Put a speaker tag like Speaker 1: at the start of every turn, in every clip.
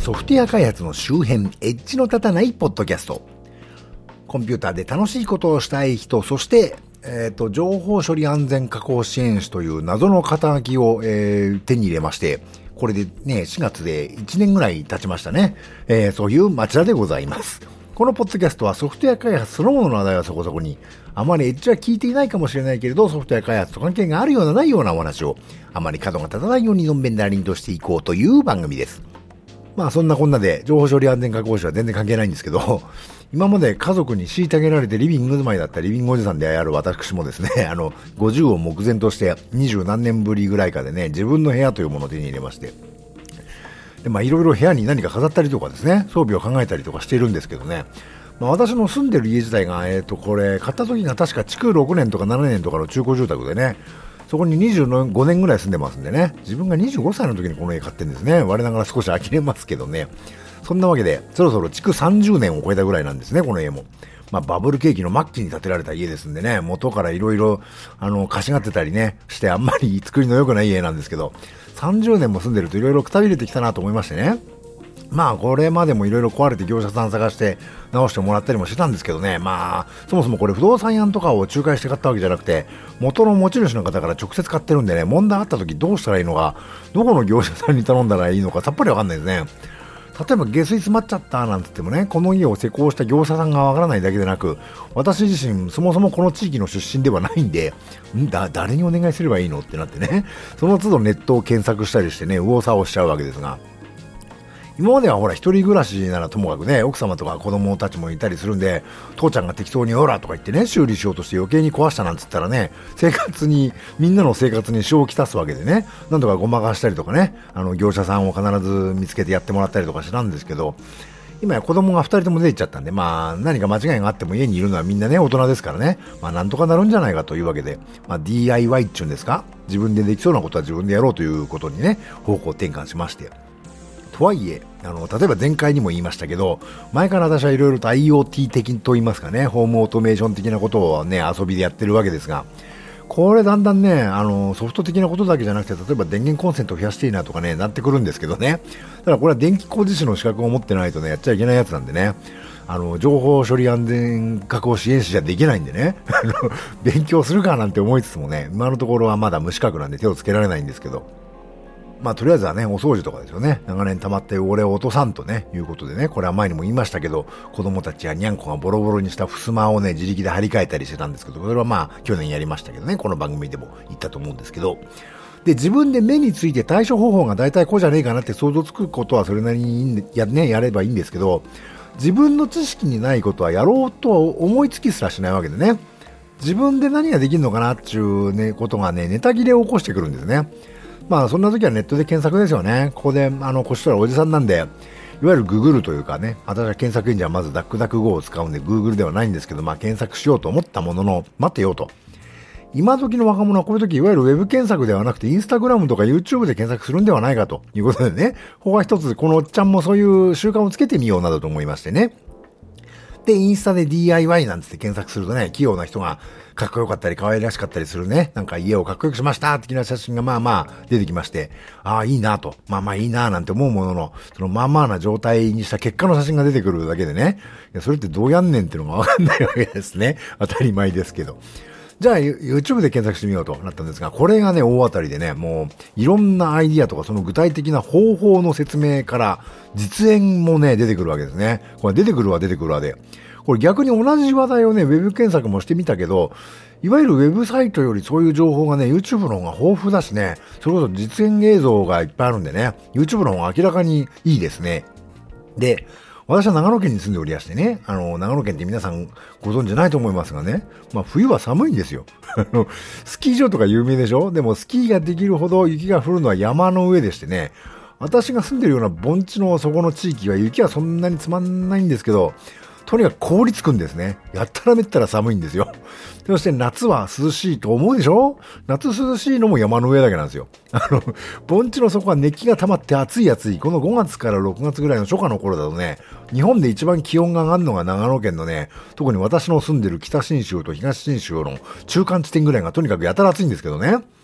Speaker 1: ソフトウェア開発の周辺、エッジの立たないポッドキャスト。コンピューターで楽しいことをしたい人、そして、情報処理安全確保支援士という謎の肩書きを、手に入れまして、これでね、4月で1年ぐらい経ちましたね。そういう町田でございます。このポッドキャストはソフトウェア開発そのものの話題はそこそこに、あまりエッジは聞いていないかもしれないけれど、ソフトウェア開発と関係があるようなないようなお話を、あまり角が立たないようにのんべんなりんとしていこうという番組です。まあそんなこんなで情報処理安全確保士は全然関係ないんですけど、今まで家族に虐げられてリビング住まいだったリビングおじさんである私もですね、50を目前として20何年ぶりぐらいかでね、自分の部屋というものを手に入れまして、でまあいろいろ部屋に何か飾ったりとかですね、装備を考えたりとかしているんですけどね、まあ、私の住んでる家自体が、これ買った時が確か築6年とか7年とかの中古住宅でね、そこに25年ぐらい住んでますんでね、自分が25歳の時にこの家買ってるんですね。我ながら少し呆れますけどね。そんなわけで、そろそろ築30年を超えたぐらいなんですね、この家も。まあバブル景気の末期に建てられた家ですんでね、元からいろいろ、貸しがってたりね、してあんまり作りの良くない家なんですけど、30年も住んでるといろいろくたびれてきたなと思いましてね。まあこれまでもいろいろ壊れて業者さん探して直してもらったりもしてたんですけどね、まあそもそもこれ不動産屋とかを仲介して買ったわけじゃなくて、元の持ち主の方から直接買ってるんでね、問題あった時どうしたらいいのか、どこの業者さんに頼んだらいいのかさっぱりわかんないですね。例えば下水詰まっちゃったなんて言ってもね、この家を施工した業者さんがわからないだけでなく、私自身そもそもこの地域の出身ではないんで、誰にお願いすればいいのってなってね、その都度ネットを検索したりしてね、右往左往しちゃうわけですが、今まではほら一人暮らしならともかくね、奥様とか子供たちもいたりするんで、父ちゃんが適当にオラとか言ってね、修理しようとして余計に壊したなんつったらね、みんなの生活に支障をきたすわけでね、なんとかごまかしたりとかね、業者さんを必ず見つけてやってもらったりとかしたんですけど、今や子供が2人とも出ていっちゃったんで、まあ何か間違いがあっても家にいるのはみんなね、大人ですからね、まあなんとかなるんじゃないかというわけで、まあ DIY っていうんですか、自分でできそうなことは自分でやろうということにね、方向転換しまして、とはいえ、例えば前回にも言いましたけど、前から私はいろいろと IoT 的と言いますかね、ホームオートメーション的なことをね、遊びでやってるわけですが、これだんだんね、ソフト的なことだけじゃなくて、例えば電源コンセントを増やしていいなとかね、なってくるんですけどね。ただこれは電気工事士の資格を持ってないとね、やっちゃいけないやつなんでね。情報処理安全確保支援士じゃできないんでね。勉強するかなんて思いつつもね、今のところはまだ無資格なんで手をつけられないんですけど。まあとりあえずはね、お掃除とかですよね。長年溜まった汚れを落とさんとね、いうことでね、これは前にも言いましたけど、子供たちやにゃんこがボロボロにした襖をね、自力で張り替えたりしてたんですけど、これはまあ去年やりましたけどね、この番組でも言ったと思うんですけど、で、自分で目について対処方法が大体こうじゃねえかなって想像つくことはそれなりにやればいいんですけど、自分の知識にないことはやろうとは思いつきすらしないわけでね、自分で何ができるのかなっていうね、ことがね、ネタ切れを起こしてくるんですね。まあそんな時はネットで検索ですよね。ここでこしたらおじさんなんで、いわゆるグーグルというかね、私は検索エンジンはまずダックダックゴーを使うんでグーグルではないんですけど、まあ検索しようと思ったものの、待てよと。今時の若者はこういう時いわゆるウェブ検索ではなくてインスタグラムとか YouTube で検索するんではないかということでね、ここは一つこのおっちゃんもそういう習慣をつけてみようなどと思いましてね。で、インスタで DIY なんつって検索するとね、器用な人がかっこよかったり可愛らしかったりするね、なんか家をかっこよくしました的な写真がまあまあ出てきまして、ああいいなと、まあまあいいななんて思うものの、そのまあまあな状態にした結果の写真が出てくるだけでね、いやそれってどうやんねんっていうのがわかんないわけですね。当たり前ですけど。じゃあ YouTube で検索してみようとなったんですが、これがね大当たりでね、もういろんなアイディアとかその具体的な方法の説明から実演もね出てくるわけですね。これ出てくるわで、これ逆に同じ話題をねウェブ検索もしてみたけど、いわゆるウェブサイトよりそういう情報がね YouTube の方が豊富だしね、それこそ実演映像がいっぱいあるんでね、 YouTube の方が明らかにいいですね。で、私は長野県に住んでおりましてね、長野県って皆さんご存知ないと思いますがね、まあ冬は寒いんですよ。スキー場とか有名でしょ。でもスキーができるほど雪が降るのは山の上でしてね、私が住んでるような盆地のそこの地域は雪はそんなにつまんないんですけど、とにかく凍りつくんですね。やったらめったら寒いんですよ。そして夏は涼しいと思うでしょ。夏涼しいのも山の上だけなんですよ。盆地の底は熱気が溜まって暑い。この5月から6月ぐらいの初夏の頃だとね、日本で一番気温が上がるのが長野県のね、特に私の住んでる北信州と東信州の中間地点ぐらいがとにかくやたら暑いんですけどね。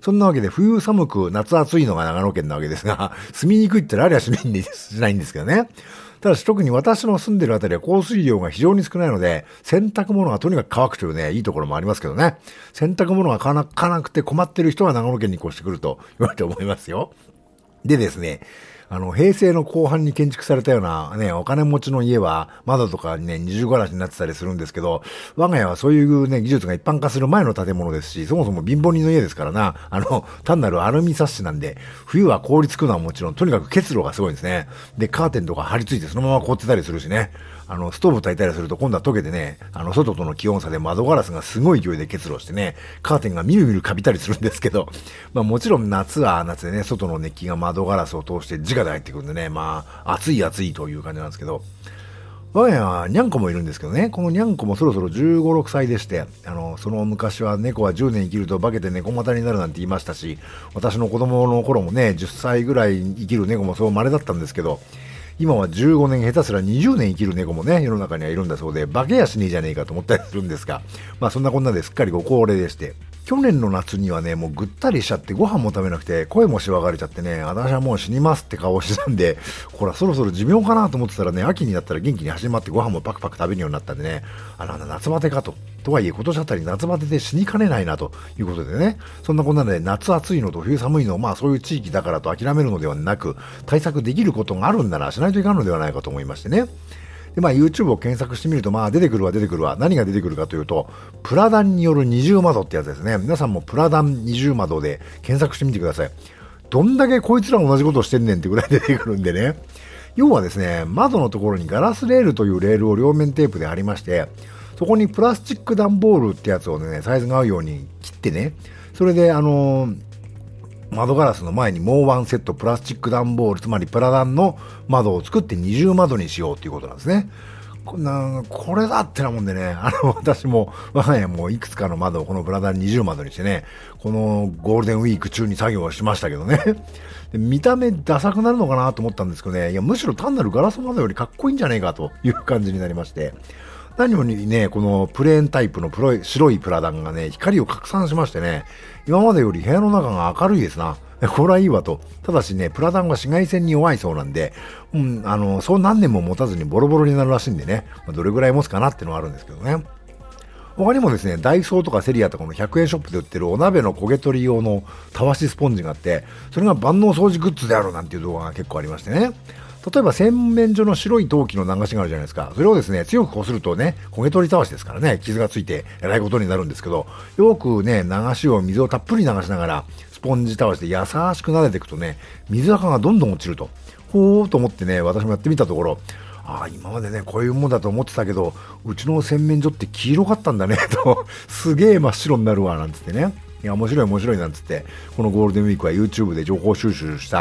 Speaker 1: そんなわけで冬寒く夏暑いのが長野県なわけですが、住みにくいってありゃしないんですけどね。ただし特に私の住んでるあたりは降水量が非常に少ないので、洗濯物がとにかく乾くというね、いいところもありますけどね。洗濯物が乾かなくて困ってる人は長野県に越してくると言われて思いますよ。でですね、平成の後半に建築されたようなね、お金持ちの家は窓とかにね、二重ガラスになってたりするんですけど、我が家はそういうね、技術が一般化する前の建物ですし、そもそも貧乏人の家ですからな、単なるアルミサッシなんで、冬は凍りつくのはもちろん、とにかく結露がすごいんですね。で、カーテンとか張り付いてそのまま凍ってたりするしね。ストーブ焚いたりすると今度は溶けてね、外との気温差で窓ガラスがすごい勢いで結露してね、カーテンがみるみるカビたりするんですけど、まあもちろん夏は夏でね、外の熱気が窓ガラスを通して直で入ってくるんでね、まあ、暑いという感じなんですけど、我が家はニャンコもいるんですけどね、このニャンコもそろそろ15、6歳でして、その昔は猫は10年生きると化けて猫股になるなんて言いましたし、私の子供の頃もね、10歳ぐらい生きる猫もそう稀だったんですけど、今は15年、下手すら20年生きる猫もね、世の中にはいるんだそうで、化けやしねえじゃねえかと思ったりするんですが、まあそんなこんなですっかりご高齢でして、去年の夏にはね、もうぐったりしちゃってご飯も食べなくて、声もしわがれちゃってね、私はもう死にますって顔をしてたんで、ほらそろそろ寿命かなと思ってたらね、秋になったら元気に走り回ってご飯もパクパク食べるようになったんでね、夏バテかと。とはいえ今年あたり夏バテで死にかねないなということでね、そんなこんなで夏暑いのと冬寒いの、まあそういう地域だからと諦めるのではなく、対策できることがあるんならしないといかんのではないかと思いましてね。で、まあ YouTube を検索してみると、まあ出てくるわ。何が出てくるかというと、プラダンによる二重窓ってやつですね。皆さんもプラダン二重窓で検索してみてください。どんだけこいつら同じことをしてんねんってぐらい出てくるんでね。要はですね、窓のところにガラスレールというレールを両面テープで貼りまして、そこにプラスチック段ボールってやつをね、サイズが合うように切ってね、それで窓ガラスの前にもうワンセットプラスチック段ボール、つまりプラダンの窓を作って二重窓にしようということなんですね。これだってなもんでね、私も我が家もいくつかの窓をこのプラダン二重窓にしてね、このゴールデンウィーク中に作業をしましたけどね。で見た目ダサくなるのかなと思ったんですけどね、いやむしろ単なるガラス窓よりかっこいいんじゃねえかという感じになりまして、何よりね、このプレーンタイプの白いプラダンがね、光を拡散しましてね、今までより部屋の中が明るいですな。これはいいわと。ただしね、プラダンは紫外線に弱いそうなんで、そう何年も持たずにボロボロになるらしいんでね、どれぐらい持つかなってのはあるんですけどね。他にもですね、ダイソーとかセリアとかの100円ショップで売ってるお鍋の焦げ取り用のたわしスポンジがあって、それが万能掃除グッズであるなんていう動画が結構ありましてね。例えば洗面所の白い陶器の流しがあるじゃないですか。それをですね、強くこするとね、焦げ取りたわしですからね、傷がついてえらいことになるんですけど、よくね、水をたっぷり流しながら、スポンジたわしで優しく撫でていくとね、水垢がどんどん落ちると。ほーと思ってね、私もやってみたところ、今までね、こういうもんだと思ってたけど、うちの洗面所って黄色かったんだね、と、すげえ真っ白になるわ、なんつってね。いや、面白いなんつって、このゴールデンウィークは YouTube で情報収集した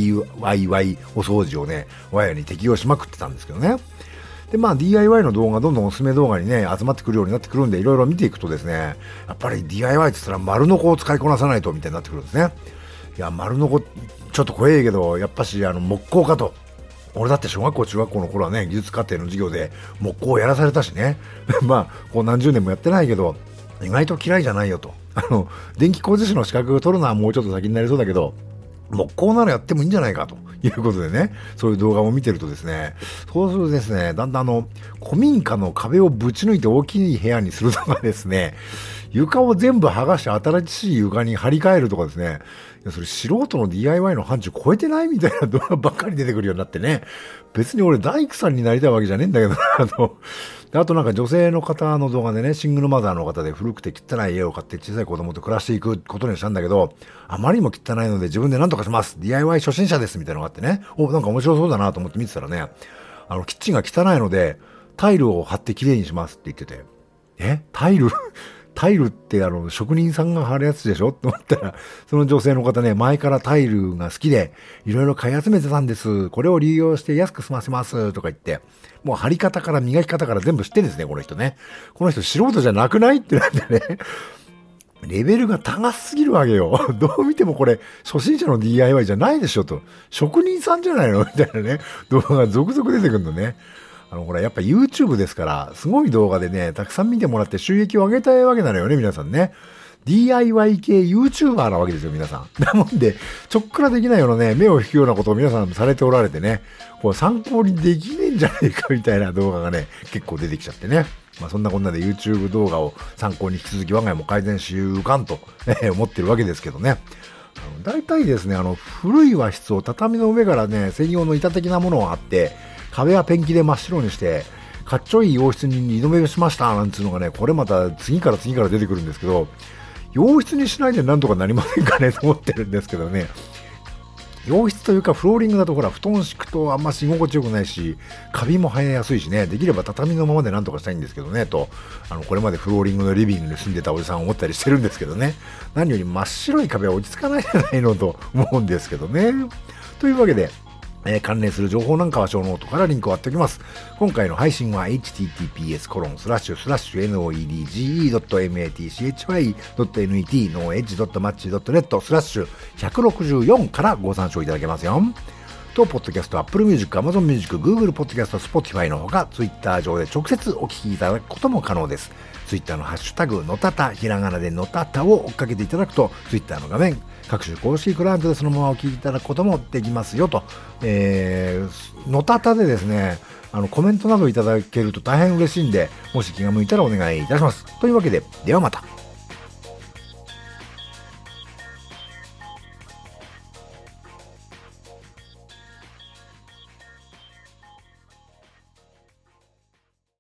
Speaker 1: DIY お掃除をね、我が家に適用しまくってたんですけどね。で、まあ DIY の動画、どんどんおすすめ動画にね、集まってくるようになってくるんで、いろいろ見ていくとですね、やっぱり DIY って言ったら丸ノコを使いこなさないと、みたいになってくるんですね。いや、丸ノコ、ちょっと怖いけど、やっぱし、木工かと。俺だって小学校、中学校の頃はね、技術課程の授業で木工をやらされたしね。まあ、こう何十年もやってないけど、意外と嫌いじゃないよと。電気工事士の資格を取るのはもうちょっと先になりそうだけど、木工ならやってもいいんじゃないかということでね、そういう動画を見てるとですね、そうするとですね、だんだん古民家の壁をぶち抜いて大きい部屋にするとかですね、床を全部剥がして新しい床に張り替えるとかですね、いやそれ素人の DIY の範疇超えてないみたいな動画ばっかり出てくるようになってね、別に俺大工さんになりたいわけじゃねえんだけどあとなんか女性の方の動画でね、シングルマザーの方で古くて汚い家を買って小さい子供と暮らしていくことにしたんだけど、あまりにも汚いので自分で何とかします。DIY 初心者ですみたいなのがあってね、なんか面白そうだなと思って見てたらね、キッチンが汚いのでタイルを貼ってきれいにしますって言ってて、タイルって職人さんが貼るやつでしょと思ったら、その女性の方ね、前からタイルが好きで、いろいろ買い集めてたんです。これを利用して安く済ませます。とか言って、もう貼り方から磨き方から全部知ってるんですね、この人ね。この人素人じゃなくないってなってね。レベルが高すぎるわけよ。どう見てもこれ、初心者の DIY じゃないでしょと。職人さんじゃないのみたいなね、動画が続々出てくるのね。ほら、やっぱ YouTube ですから、すごい動画でね、たくさん見てもらって収益を上げたいわけなのよね、皆さんね。 DIY 系 YouTuber なわけですよ、皆さん。なもんで、ちょっくらできないようなね、目を引くようなことを皆さんされておられてね、こう参考にできねえんじゃないかみたいな動画がね、結構出てきちゃってね。まあそんなこんなで YouTube 動画を参考に引き続き我が家も改善しゆうかんと、思ってるわけですけどね。大体ですね、古い和室を畳の上からね、専用の板的なものを貼って、壁はペンキで真っ白にして、かっちょいい洋室に二度目しましたなんつうのがね、これまた次から次から出てくるんですけど、洋室にしないでなんとかなりませんかねと思ってるんですけどね。洋室というかフローリングだとほら布団敷くとあんまし居心地よくないし、カビも生えやすいしね、できれば畳のままでなんとかしたいんですけどねと、これまでフローリングのリビングに住んでたおじさん思ったりしてるんですけどね。何より真っ白い壁は落ち着かないじゃないのと思うんですけどね。というわけで、関連する情報なんかはショーノートからリンクを貼っておきます。今回の配信は https://noede.matchy.net noedge.match.net/164 からご参照いただけますよ。と、ポッドキャスト、Apple Music、Amazon Music、Google Podcast、Spotify のほか、Twitter 上で直接お聞きいただくことも可能です。Twitter のハッシュタグ、のたた、ひらがなでのたたを追っかけていただくと、Twitter の画面、各種公式クライアントでそのままお聞きいただくこともできますよと。のたたでですね、コメントなどいただけると大変嬉しいんで、もし気が向いたらお願いいたします。というわけで、ではまた。